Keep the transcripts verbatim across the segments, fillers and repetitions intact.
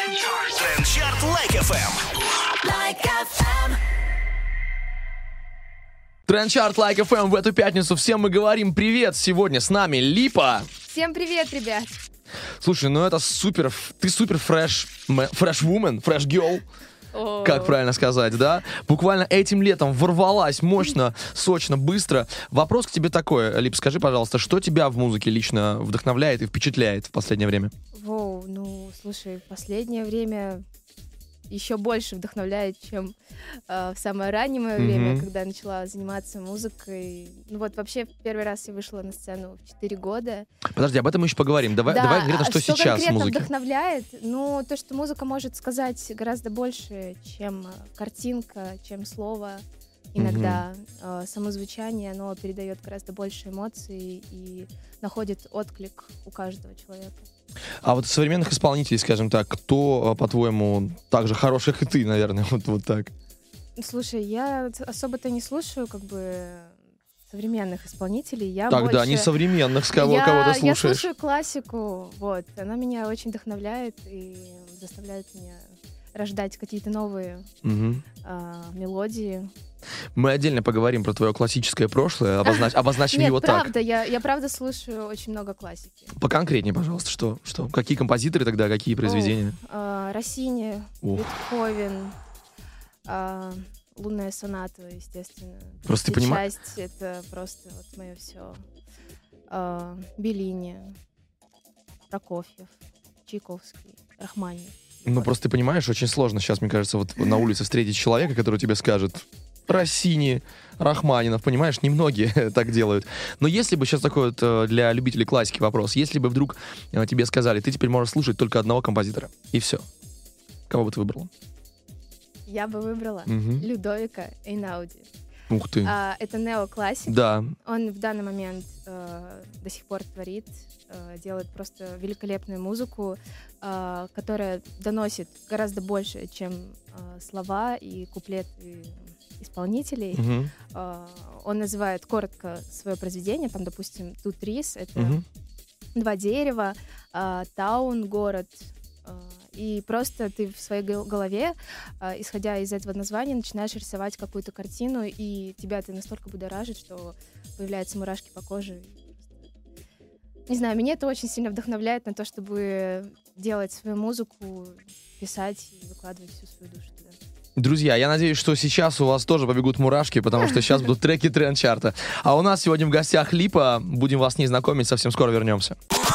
Трендчарт Лайк эф эм. Like эф эм. Трендчарт Лайк эф эм в эту пятницу. Всем мы говорим привет. Сегодня с нами Липа. Всем привет, ребят. Слушай, ну это супер, ты супер фреш, фреш-вумен, фреш-герл. О. Как правильно сказать, да? Буквально этим летом ворвалась мощно, сочно, быстро. Вопрос к тебе такой, Лип, скажи, пожалуйста, что тебя в музыке лично вдохновляет и впечатляет в последнее время? Воу, ну, слушай, в последнее время еще больше вдохновляет, чем э, в самое раннее мое Мгм. время, когда я начала заниматься музыкой. Ну вот вообще первый раз я вышла на сцену в четыре года. Подожди, об этом мы еще поговорим. Давай, Да, давай конкретно, а что, сейчас в конкретно музыке. вдохновляет? Ну, то, что музыка может сказать гораздо больше, чем э, картинка, чем слово. Иногда э, само звучание, оно передает гораздо больше эмоций и находит отклик у каждого человека. А вот из современных исполнителей, скажем так, кто, э, по-твоему, так же хороших и ты, наверное, вот, вот так? Слушай, я т- особо-то не слушаю как бы современных исполнителей. Я Тогда больше... не современных, с кого, я, кого ты я слушаешь. слушаю классику, вот. Она меня очень вдохновляет и заставляет меня рождать какие-то новые Мгм. а, мелодии. Мы отдельно поговорим про твое классическое прошлое, обознач- обозначим Нет, его правда, я, я правда слушаю очень много классики. так. Поконкретнее, пожалуйста, что, что? Какие композиторы тогда, какие произведения? А, Россини, Ух. Бетховен, а, лунная соната, естественно. Просто ты Третья понима- часть — это просто вот мое все. Беллини, Прокофьев, Чайковский, Рахманинов. Ну, просто ты понимаешь, очень сложно сейчас, мне кажется, вот на улице встретить человека, который тебе скажет Россини, Рахманинов, понимаешь, немногие так делают. Но если бы сейчас такой вот э, для любителей классики вопрос, если бы вдруг э, тебе сказали, ты теперь можешь слушать только одного композитора, и все, кого бы ты выбрала? Я бы выбрала Мгм. Людовика Эйнауди. Ух ты. А, это неоклассик. Да, Он в данный момент э, до сих пор творит, э, делает просто великолепную музыку, э, которая доносит гораздо больше, чем э, слова и куплеты исполнителей. Мгм. Э, он называет коротко свое произведение, там, допустим, «Two trees», это Мгм. два дерева, э, таун, город. э, И просто ты в своей гол- голове, э, исходя из этого названия, начинаешь рисовать какую-то картину, и тебя это настолько будоражит, что появляются мурашки по коже. Не знаю, меня это очень сильно вдохновляет на то, чтобы делать свою музыку, писать и выкладывать всю свою душу туда. Друзья, я надеюсь, что сейчас у вас тоже побегут мурашки, потому что сейчас будут треки тренд-чарта. А у нас сегодня в гостях Липа. Будем вас с ней знакомить, совсем скоро вернемся.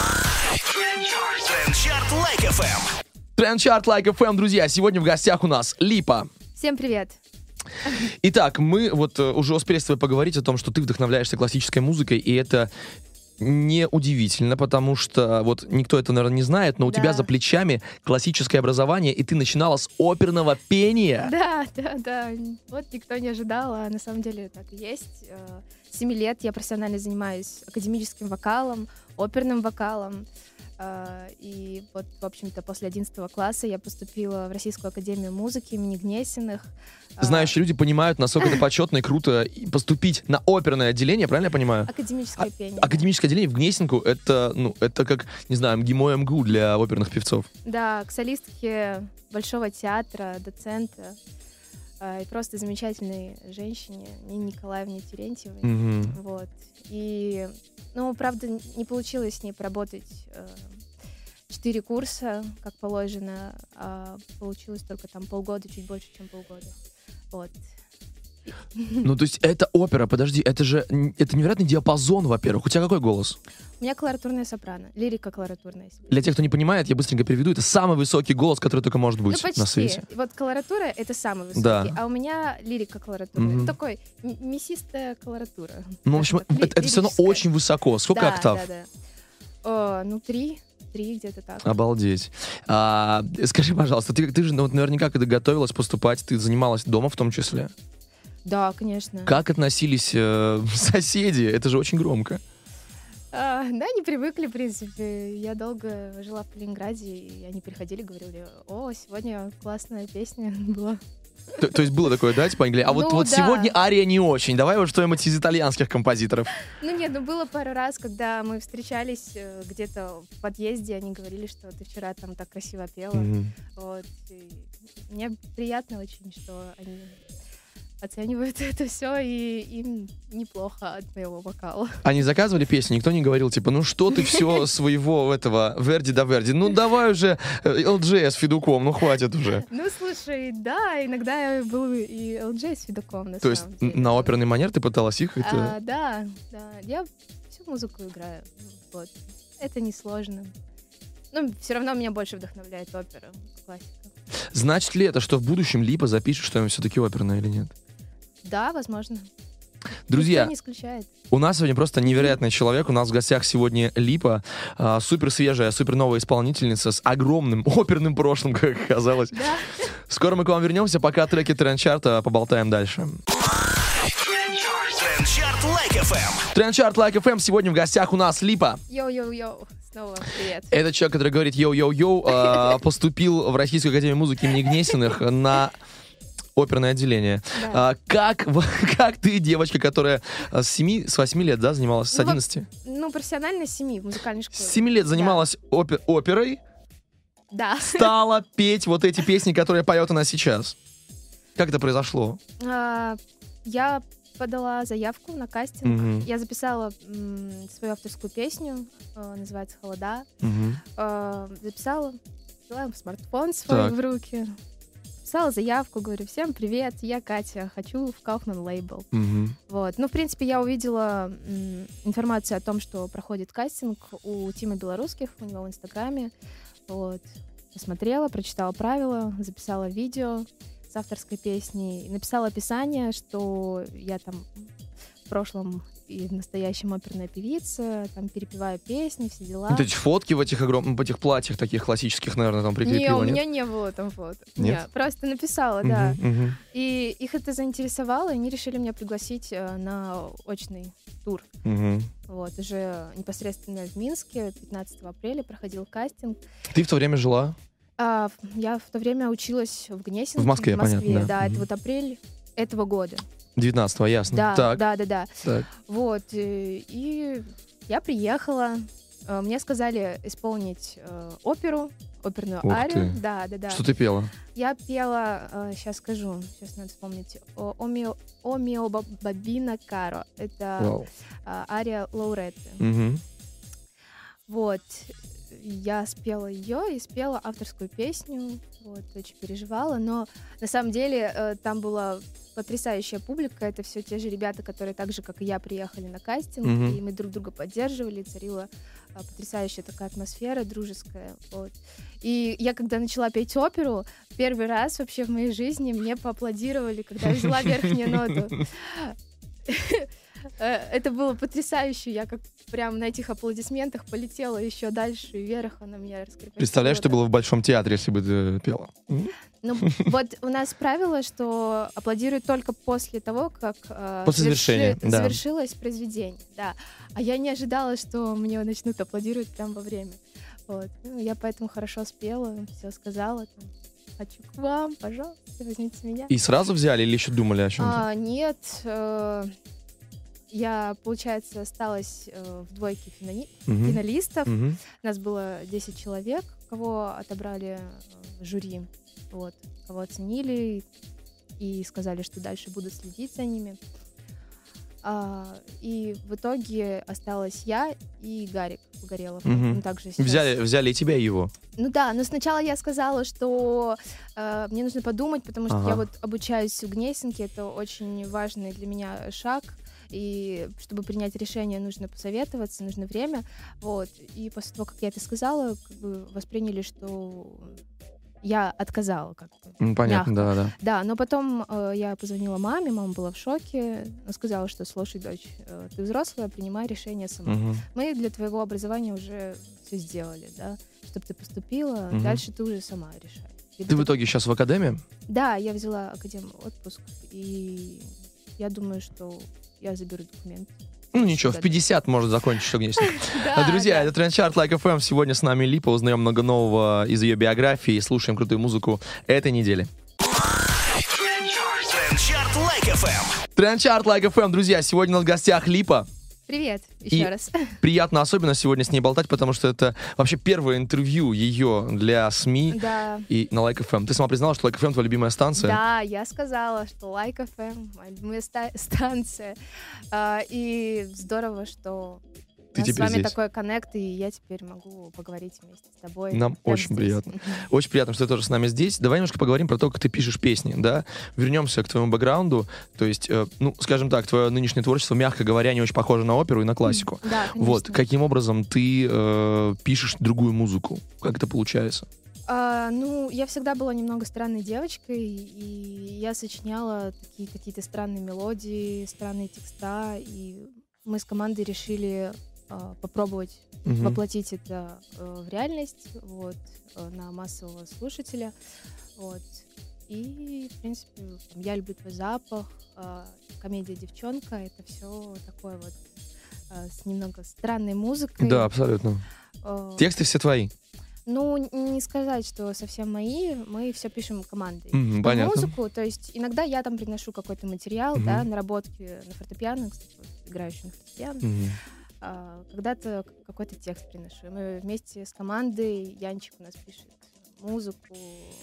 Трендчарт Лайк эф эм. Трендчарт Лайк эф эм, друзья. Сегодня в гостях у нас Липа. Всем привет! Итак, мы вот э, уже успели с тобой поговорить о том, что ты вдохновляешься классической музыкой, и это не удивительно, потому что вот никто это, наверное, не знает, но у Да. тебя за плечами классическое образование, и ты начинала с оперного пения. Да, да, да. Вот никто не ожидал, а на самом деле так и есть. Э, С семи лет я профессионально занимаюсь академическим вокалом, оперным вокалом. Э, И вот, в общем-то, после одиннадцатого класса я поступила в Российскую академию музыки имени Гнесиных. Э, Знающие люди понимают, насколько это почетно и круто и поступить на оперное отделение, правильно я понимаю? Академическое пение. Академическое отделение в Гнесинку — это, ну, это как, не знаю, МГИМО МГУ для оперных певцов. Да, к солистке Большого театра, доцента э, и просто замечательной женщине Нине Николаевне Терентьевой. Мгм. Вот. И, ну, правда, не получилось с ней поработать э, четыре курса, как положено, а получилось только там полгода, чуть больше, чем полгода. Вот. Ну, то есть это опера, подожди, это же, н- это невероятный диапазон, во-первых. У тебя какой голос? У меня колоратурная сопрано, лирика колоратурная. если Для тех, кто не понимает, я быстренько переведу. Это самый высокий голос, который только может быть Ну, почти. на свете. Вот колоратура — это самый высокий, Да. а у меня лирика колоратурная. Мгм. Это такой м- мясистая колоратура. Ну, в общем, скажем так, ли- это, это все равно лирическая. очень высоко. Сколько Да, октав? Да, да. О, ну, три, три где-то так. Обалдеть. А, скажи, пожалуйста, ты, ты же ну, вот наверняка, когда готовилась поступать, ты занималась дома в том числе. Да, конечно. Как относились э, соседи? Это же очень громко. А, да, не привыкли, в принципе. Я долго жила в Калининграде, и они приходили, говорили: о, сегодня классная песня была. То, то есть было такое, да, типа, они говорили, а вот, Ну, вот да. сегодня ария не очень, давай вот что-нибудь из итальянских композиторов. Ну нет, ну было пару раз, когда мы встречались э, где-то в подъезде, они говорили, что ты вчера там так красиво пела. Мгм. Вот. И мне приятно очень, что они оценивают это все, и им неплохо от моего вокала. Они заказывали песни, никто не говорил, типа, ну что ты все своего этого Верди да Верди, ну давай уже э, эл джей с Федуком, ну хватит уже. Ну, слушай, да, иногда был и эл джей с Федуком, на То есть самом н- деле. на оперный манер ты пыталась их это... А, да, да, я всю музыку играю, вот. Это несложно. Ну, все равно меня больше вдохновляет опера, классика. Значит ли это, что в будущем Липа запишет что-нибудь все-таки оперное или нет? Да, возможно. Друзья, Никто не исключает. у нас сегодня просто невероятный человек. У нас в гостях сегодня Липа, а, супер свежая, супер новая исполнительница с огромным оперным прошлым, как оказалось. Да. Скоро мы к вам вернемся, пока треки Тренд-чарта поболтаем дальше. Трендчарт Лайк эф эм. Тренд-чарт Лайк эф эм, сегодня в гостях у нас Липа. Йоу-йоу-йоу. Снова привет. Это человек, который говорит йоу-йоу-йоу, а, поступил в Российскую академию музыки имени Гнесиных на оперное отделение. Да. А, как, как ты, девочка, которая с семи, с восьми лет, да, занималась, с Ну, во- одиннадцати? Ну, профессионально с семи в музыкальной С школе. семи лет занималась опе- оперой, Да. стала петь вот эти песни, которые поет она сейчас. Как это произошло? А, Я подала заявку на кастинг. Мгм. Я записала м, свою авторскую песню, э, называется «Холода». Мгм. Э, Записала, взяла смартфон свой Так. в руки, написала заявку, говорю: всем привет, я Катя, хочу в Kaufman лейбл. Мгм. Вот. Ну, в принципе, я увидела м, информацию о том, что проходит кастинг у Тима Белорусских, у него в Инстаграме. Вот. Посмотрела, прочитала правила, записала видео с авторской песней, написала описание, что я там в прошлом и в настоящем оперная певица, там перепеваю песни, все дела. Вот эти фотки в этих огромных, в этих платьях таких классических, наверное, там Не, прикрепила, у нет? меня не было там фото. Нет? Не, просто написала, Мгм, да. мгм. И их это заинтересовало, и они решили меня пригласить э, на очный тур. Мгм. Вот, уже непосредственно в Минске, пятнадцатого апреля проходил кастинг. Ты в то время жила? А, в- я в то время училась в Гнесинке. В Москве, понятно, да. да. Мгм. Это вот апрель этого года. девятнадцатого, ясно. Да, Так, да, да, да. так. Вот, э, и я приехала. Э, Мне сказали исполнить э, оперу, оперную Ух арию. ты. Да, да, да. Что ты пела? Я пела, сейчас скажу, сейчас надо вспомнить, «О- «О мио, о мио ба- бабина каро». Это Вау. а, ария Лауретты. Мгм. Вот. Я спела ее и спела авторскую песню. Вот, очень переживала. Но на самом деле э, там была потрясающая публика. Это все те же ребята, которые так же, как и я, приехали на кастинг. Мгм. И мы друг друга поддерживали. Царила а, потрясающая такая атмосфера, дружеская. Вот. И я, когда начала петь оперу, первый раз вообще в моей жизни мне поаплодировали, когда я взяла верхнюю ноту. Э, Это было потрясающе. Я как прям на этих аплодисментах полетела еще дальше вверх, она меня раскрепостила. Представляешь, ты была в Большом театре, если бы ты пела. М? Ну, вот у нас правило, что аплодируют только после того, как э, После завершения, да. завершилось произведение. Да. А я не ожидала, что мне начнут аплодировать прямо во время. Вот. Ну, я поэтому хорошо спела, все сказала. Там, хочу к вам, пожалуйста, возьмите меня. И сразу взяли или еще думали о чем-то? А, нет, э, я, получается, осталась э, в двойке финали- Мгм. финалистов. Мгм. Нас было десять человек, кого отобрали э, жюри, вот, кого оценили и сказали, что дальше будут следить за ними. А, и в итоге осталась я и Гарик Погорелов. Мгм. Он также сейчас- Взяли, взяли и тебя, и его. Ну да, но сначала я сказала, что э, мне нужно подумать, потому что Ага. я вот обучаюсь в Гнесинке, это очень важный для меня шаг, и чтобы принять решение, нужно посоветоваться, нужно время, вот. И после того, как я это сказала, как бы восприняли, что я отказала, как бы. М, Понятно, Мягко. да, да. Да, но потом э, я позвонила маме, мама была в шоке, она сказала, что слушай, дочь, э, ты взрослая, принимай решение сама. Мгм. Мы для твоего образования уже все сделали, да, чтобы ты поступила, Мгм. дальше ты уже сама решай. Либо Ты в итоге сейчас в академии? Да, я взяла академ отпуск, и я думаю, что я заберу документы. Ну ничего, в Да. пятьдесят может закончить, что Гнесин. Да, Друзья, да. это Тренд-чарт Лайк эф эм. Сегодня с нами Липа. Узнаем много нового из ее биографии. Слушаем крутую музыку этой недели. Лайк эф эм. Трендчарт Лайк эф эм, друзья, сегодня у нас в гостях Липа. Привет, еще И раз. приятно особенно сегодня с ней болтать, потому что это вообще первое интервью ее для СМИ Да. и на Лайк эф эм. Ты сама признала, что Лайк эф эм твоя любимая станция? Да, я сказала, что Лайк эф эм моя любимая ста- станция. А, и здорово, что у Ты нас с теперь вами здесь. такой коннект, и я теперь могу поговорить вместе с тобой. Нам прямо очень здесь. приятно. Мгм. Очень приятно, что ты тоже с нами здесь. Давай немножко поговорим про то, как ты пишешь песни, да? Вернемся к твоему бэкграунду. То есть, э, ну, скажем так, твое нынешнее творчество, мягко говоря, не очень похоже на оперу и на классику. Да, конечно. Вот, каким образом ты э, пишешь другую музыку? Как это получается? А, ну, я всегда была немного странной девочкой, и я сочиняла такие какие-то странные мелодии, странные текста, и мы с командой решили а, попробовать Мгм. воплотить это э, в реальность, вот, э, на массового слушателя, вот. И, в принципе, там, «Я люблю твой запах», э, комедия «Девчонка» — это все такое вот э, с немного странной музыкой. Да, абсолютно. Э, Тексты все твои. Ну, н- не сказать, что совсем мои, мы все пишем командой. Мгм, Под понятно. музыку, то есть иногда я там приношу какой-то материал, Мгм. да, наработки на фортепиано, кстати, вот, играющий на фортепиано. Мгм. А, когда-то к- какой-то текст приношу. И мы вместе с командой, Янчик у нас пишет музыку,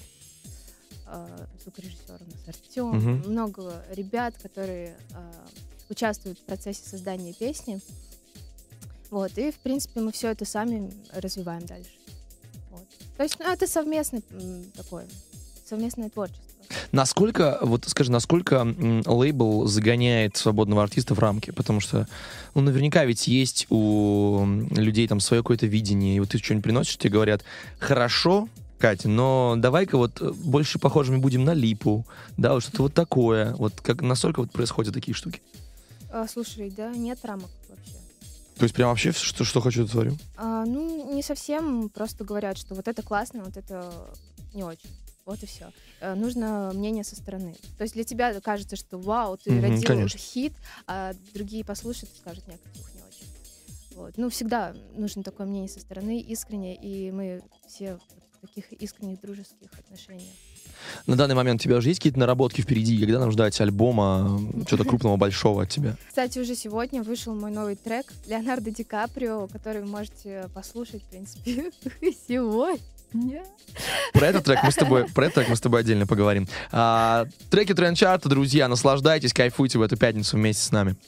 а, звукорежиссер у нас Артем, Мгм. много ребят, которые а, участвуют в процессе создания песни. Вот, и, в принципе, мы все это сами развиваем дальше. Вот. То есть, ну, это совместное м, такое, совместное творчество. Насколько, вот скажи, насколько м, лейбл загоняет свободного артиста в рамки? Потому что, ну, наверняка ведь есть у м, людей там свое какое-то видение, и вот ты что-нибудь приносишь, тебе говорят, хорошо, Катя, но давай-ка вот э, больше похожими будем на Липу, да, вот что-то вот такое. Вот как, настолько вот происходят такие штуки? А, слушай, да, нет рамок вообще. То есть прям вообще что, что хочу, то творю? А, ну, не совсем, просто говорят, что вот это классно, вот это не очень. Вот и все. Нужно мнение со стороны. То есть для тебя кажется, что вау, ты Мгм, родил конечно. хит, а другие послушают и скажут, нет, каких не очень. Вот. Ну, всегда нужно такое мнение со стороны, искренне, и мы все вот в таких искренних дружеских отношениях. На данный момент у тебя уже есть какие-то наработки впереди? Когда нам ждать альбома, что-то крупного, большого от тебя? Кстати, уже сегодня вышел мой новый трек Леонардо Ди Каприо, который вы можете послушать, в принципе, сегодня. Про этот трек мы с тобой, про этот трек мы с тобой отдельно поговорим. А, треки Трендчарта, друзья, наслаждайтесь, кайфуйте в эту пятницу вместе с нами.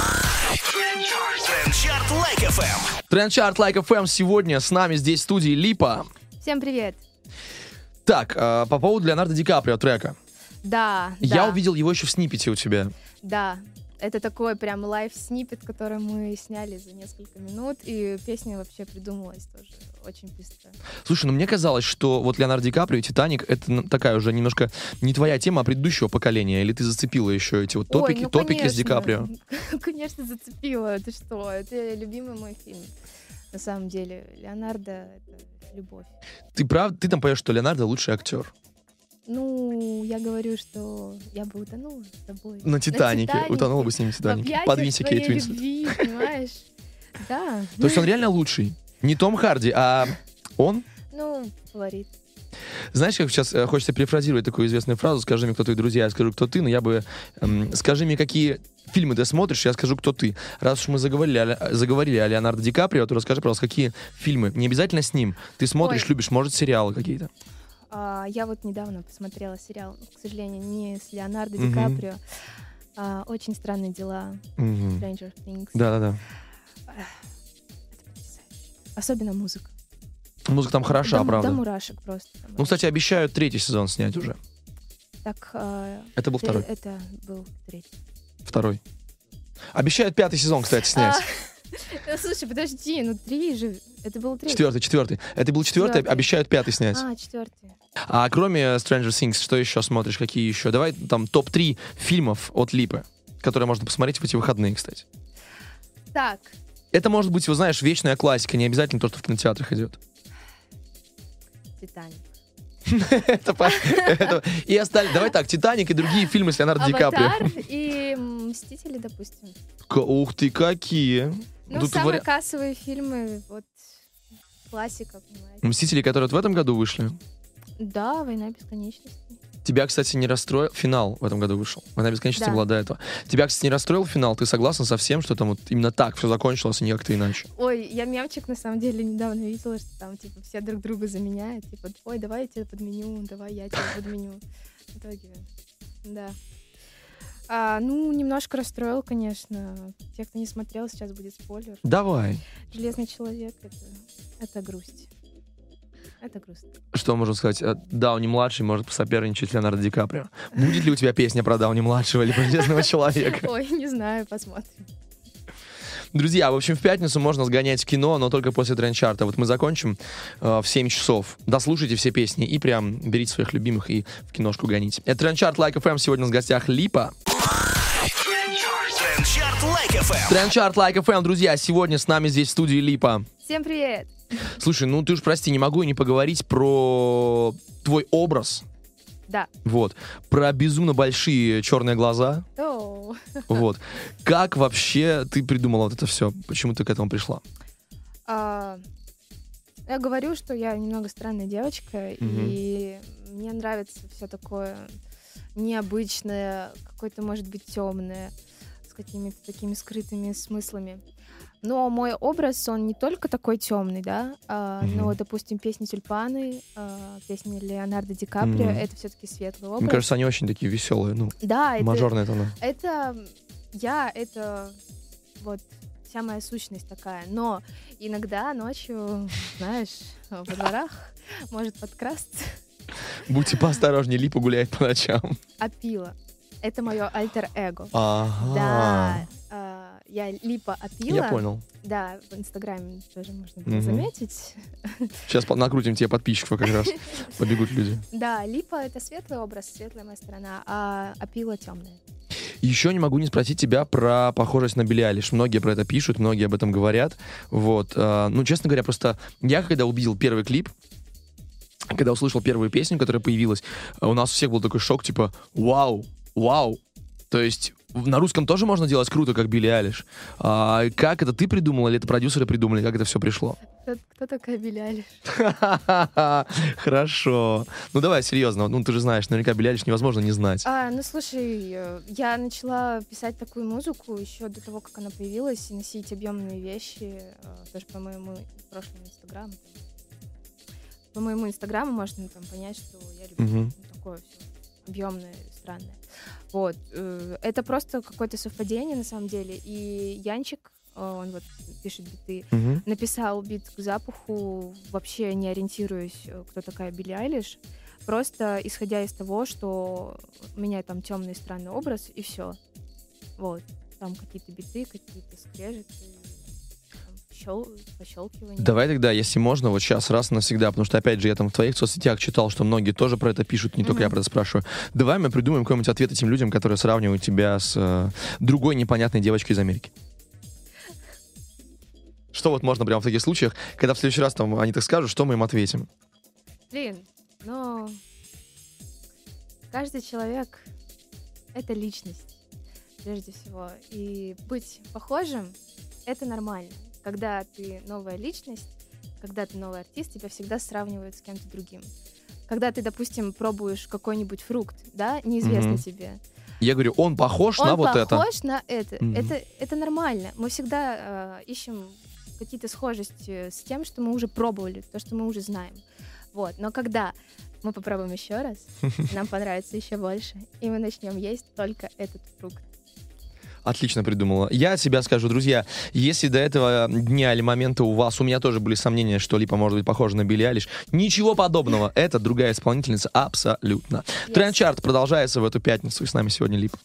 Трендчарт Лайк эф эм. Трендчарт Лайк эф эм сегодня с нами здесь в студии Липа. Всем привет. Так, а, по поводу Леонардо Ди Каприо трека. Да, Я да, увидел его еще в сниппете у тебя. да. Это такой прям лайв-сниппет, который мы сняли за несколько минут, и песня вообще придумалась тоже очень быстро. Слушай, ну мне казалось, что вот Леонардо Ди Каприо и Титаник — это н- такая уже немножко не твоя тема, а предыдущего поколения. Или ты зацепила еще эти вот Ой, топики, ну, топики с Ди конечно. Каприо? Конечно, зацепила. Ты что? Это любимый мой фильм. На самом деле, Леонардо — это любовь. Ты прав, ты там поешь, что Леонардо лучший актер. Ну, я говорю, что я бы утонула с тобой. На Титанике. Утонула бы с ним в В Титанике. объятиях Подвинься, твоей Кейт Уинслет. любви, понимаешь? Да. То есть он реально лучший. Не Том Харди, а он. Ну, фаворит. Знаешь, как сейчас э, хочется перефразировать такую известную фразу: скажи мне, кто твои друзья, я скажу, кто ты, но я бы... эм, скажи мне, какие фильмы ты смотришь, я скажу, кто ты. Раз уж мы заговорили о, Ле- заговорили о Леонардо Ди Каприо, то расскажи, пожалуйста, какие фильмы, не обязательно с ним, ты смотришь, Ой. любишь, может, сериалы какие-то. А, я вот недавно посмотрела сериал, к сожалению, не с Леонардо Мгм. Ди Каприо. А, «Очень странные дела», Мгм. Stranger Things. Да-да-да. Это потрясающе. Особенно музыка. Музыка там хороша, до, правда. До мурашек просто. Ну, кстати, обещают третий сезон снять уже. Так, а, Это был ты- второй. это был третий. Второй. Обещают пятый сезон, кстати, снять. А, слушай, подожди, ну три же. Это был третий. Четвертый, четвертый. Это был четвертый, Четвертый. обещают пятый снять. А, четвертый. А кроме Stranger Things, что еще смотришь? Какие еще? Давай там топ три фильмов от Липы, которые можно посмотреть в эти выходные, кстати. Так, Это может быть, вы знаешь, вечная классика, не обязательно то, что в кинотеатрах идет. «Титаник». Это по- это- И остальные. Давай так, «Титаник» и другие фильмы с Леонардо Ди Каприо. «Аватар» и «Мстители», допустим. К- Ух ты, какие! Ну, Тут самые вари- кассовые фильмы, вот, классика, понимаете. Мстители, которые вот в этом году вышли. Да, «Война бесконечности». Тебя, кстати, не расстроил... Финал в этом году вышел. «Война бесконечности» Да. была до этого. Тебя, кстати, не расстроил финал? Ты согласна со всем, что там вот именно так все закончилось, и не как-то иначе? Ой, я мемчик на самом деле недавно видела, что там типа все друг друга заменяют. Типа, ой, давай я тебя подменю, давай я тебя подменю. В итоге, да. А, ну, немножко расстроил, конечно. Те, кто не смотрел, сейчас будет спойлер. Давай. «Железный человек» — это, это грусть. Это грустно. Что можно сказать? Э, Дауни-младший может посоперничать с Леонардо Ди Каприо. Будет ли у тебя песня про Дауни-младшего или про «Железного человека»? Ой, не знаю, посмотрим. Друзья, в общем, в пятницу можно сгонять в кино, но только после тренд-чарта. Вот мы закончим э, в семь часов. Дослушайте все песни и прям берите своих любимых и в киношку гоните. Это тренд-чарт Лайк эф эм. Сегодня у нас в гостях Липа. Трендчарт Лайк эф эм. Тренд-чарт Лайк эф эм, друзья. Сегодня с нами здесь в студии Липа. Всем привет! Слушай, ну ты уж прости, не могу и не поговорить про твой образ. Да. Вот. Про безумно большие черные глаза. О, Вот. Как вообще ты придумала вот это все? Почему ты к этому пришла? а, я говорю, что я немного странная девочка, Мгм. и мне нравится все такое необычное, какое-то, может быть, темное, с какими-то такими скрытыми смыслами. Но мой образ, он не только такой темный, да, а, Мгм. но, допустим, песни «Тюльпаны», а, песни Леонардо Ди Каприо, Мгм. это все-таки светлый образ. Мне кажется, они очень такие веселые, ну, да, это, мажорные тона. это я, это вот вся моя сущность такая. Но иногда ночью, знаешь, во дворах может подкрасться Будьте поосторожнее, Липа гуляет по ночам. Апила. Это мое альтер-эго. Ага. Да, а, я Липа Апила. Я понял. Да, в Инстаграме тоже можно было Мгм. заметить. Сейчас по- накрутим тебе подписчиков, как раз побегут люди. Да, Липа — это светлый образ, светлая моя сторона, а Апила — темная. Еще не могу не спросить тебя про похожесть на Билли Айлиш. Многие про это пишут, многие об этом говорят. Вот. а, Ну, честно говоря, просто я, когда увидел первый клип, когда услышал первую песню, которая появилась, а, у нас у всех был такой шок, типа, вау, вау. То есть в- на русском тоже можно делать круто, как Билли Айлиш. А, как это ты придумала, или это продюсеры придумали, как это все пришло? Кто, кто такая Билли Айлиш? Хорошо. Ну давай, серьезно. Ну ты же знаешь, наверняка Билли Айлиш невозможно не знать. А, ну слушай, э, я начала писать такую музыку еще до того, как она появилась, и носить объемные вещи, э, тоже по моему прошлому инстаграму. По моему инстаграму можно там понять, что я люблю Мгм. ну, такое все объемное, странное. Вот. э, Это просто какое-то совпадение на самом деле. И Янчик, э, он вот пишет биты, Мгм. написал бит к запаху, вообще не ориентируясь, э, кто такая Билли Айлиш, просто исходя из того, что у меня там темный странный образ, и все. Вот. Там какие-то биты, какие-то скрежеты, там щел- пощелкивания. Давай тогда, если можно, вот сейчас, раз и навсегда, потому что, опять же, я там в твоих соцсетях читал, что многие тоже про это пишут, не только я Мгм. про это спрашиваю. Давай мы придумаем какой-нибудь ответ этим людям, которые сравнивают тебя с э, другой непонятной девочкой из Америки. Что вот можно прямо в таких случаях, когда в следующий раз там они так скажут, что мы им ответим? Блин, но каждый человек — это личность, прежде всего. И быть похожим — это нормально. Когда ты новая личность, когда ты новый артист, тебя всегда сравнивают с кем-то другим. Когда ты, допустим, пробуешь какой-нибудь фрукт, да, неизвестный Мгм. тебе, Я говорю, он похож он на вот это. похож на это. Мгм. Это, это нормально. Мы всегда э, ищем какие-то схожести с тем, что мы уже пробовали, то, что мы уже знаем. Вот. Но когда мы попробуем еще раз, нам понравится еще больше, и мы начнем есть только этот фрукт. Отлично придумала. Я от себя скажу, друзья, если до этого дня или момента у вас, у меня тоже были сомнения, что Липа может быть похожа на Билли Айлиш, ничего подобного. Это другая исполнительница абсолютно. Yes. Тренд-чарт продолжается в эту пятницу, и с нами сегодня Липа.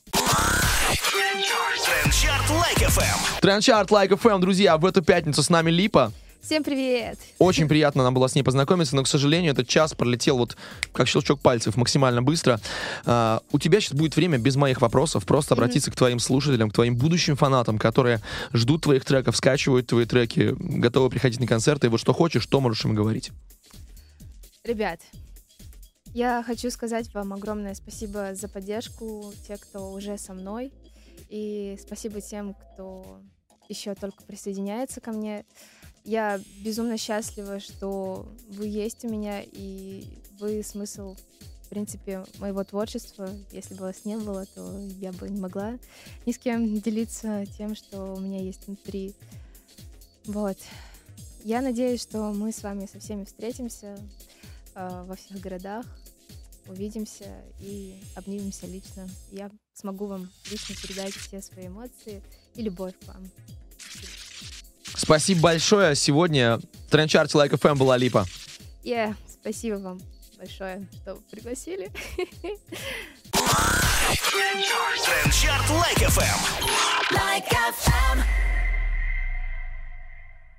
Трендчарт Лайк эф эм. Тренд-чарт Лайк эф эм, друзья, в эту пятницу с нами Липа. Всем привет! Очень приятно нам было с ней познакомиться, но, к сожалению, этот час пролетел вот как щелчок пальцев, максимально быстро. А, у тебя сейчас будет время без моих вопросов просто Мгм. обратиться к твоим слушателям, к твоим будущим фанатам, которые ждут твоих треков, скачивают твои треки, готовы приходить на концерты. И вот что хочешь, что можешь им говорить. Ребят, я хочу сказать вам огромное спасибо за поддержку, те, кто уже со мной, и спасибо тем, кто еще только присоединяется ко мне. Я безумно счастлива, что вы есть у меня, и вы смысл в принципе, моего творчества. Если бы вас не было, то я бы не могла ни с кем делиться тем, что у меня есть внутри. Вот. Я надеюсь, что мы с вами со всеми встретимся э, во всех городах, увидимся и обнимемся лично. Я смогу вам лично передать все свои эмоции и любовь к вам. Спасибо большое. Сегодня в Тренд-чарте Лайк эф эм была Липа. Yeah, спасибо вам большое, что пригласили. Тренд-чарт Лайк эф эм. Like F M.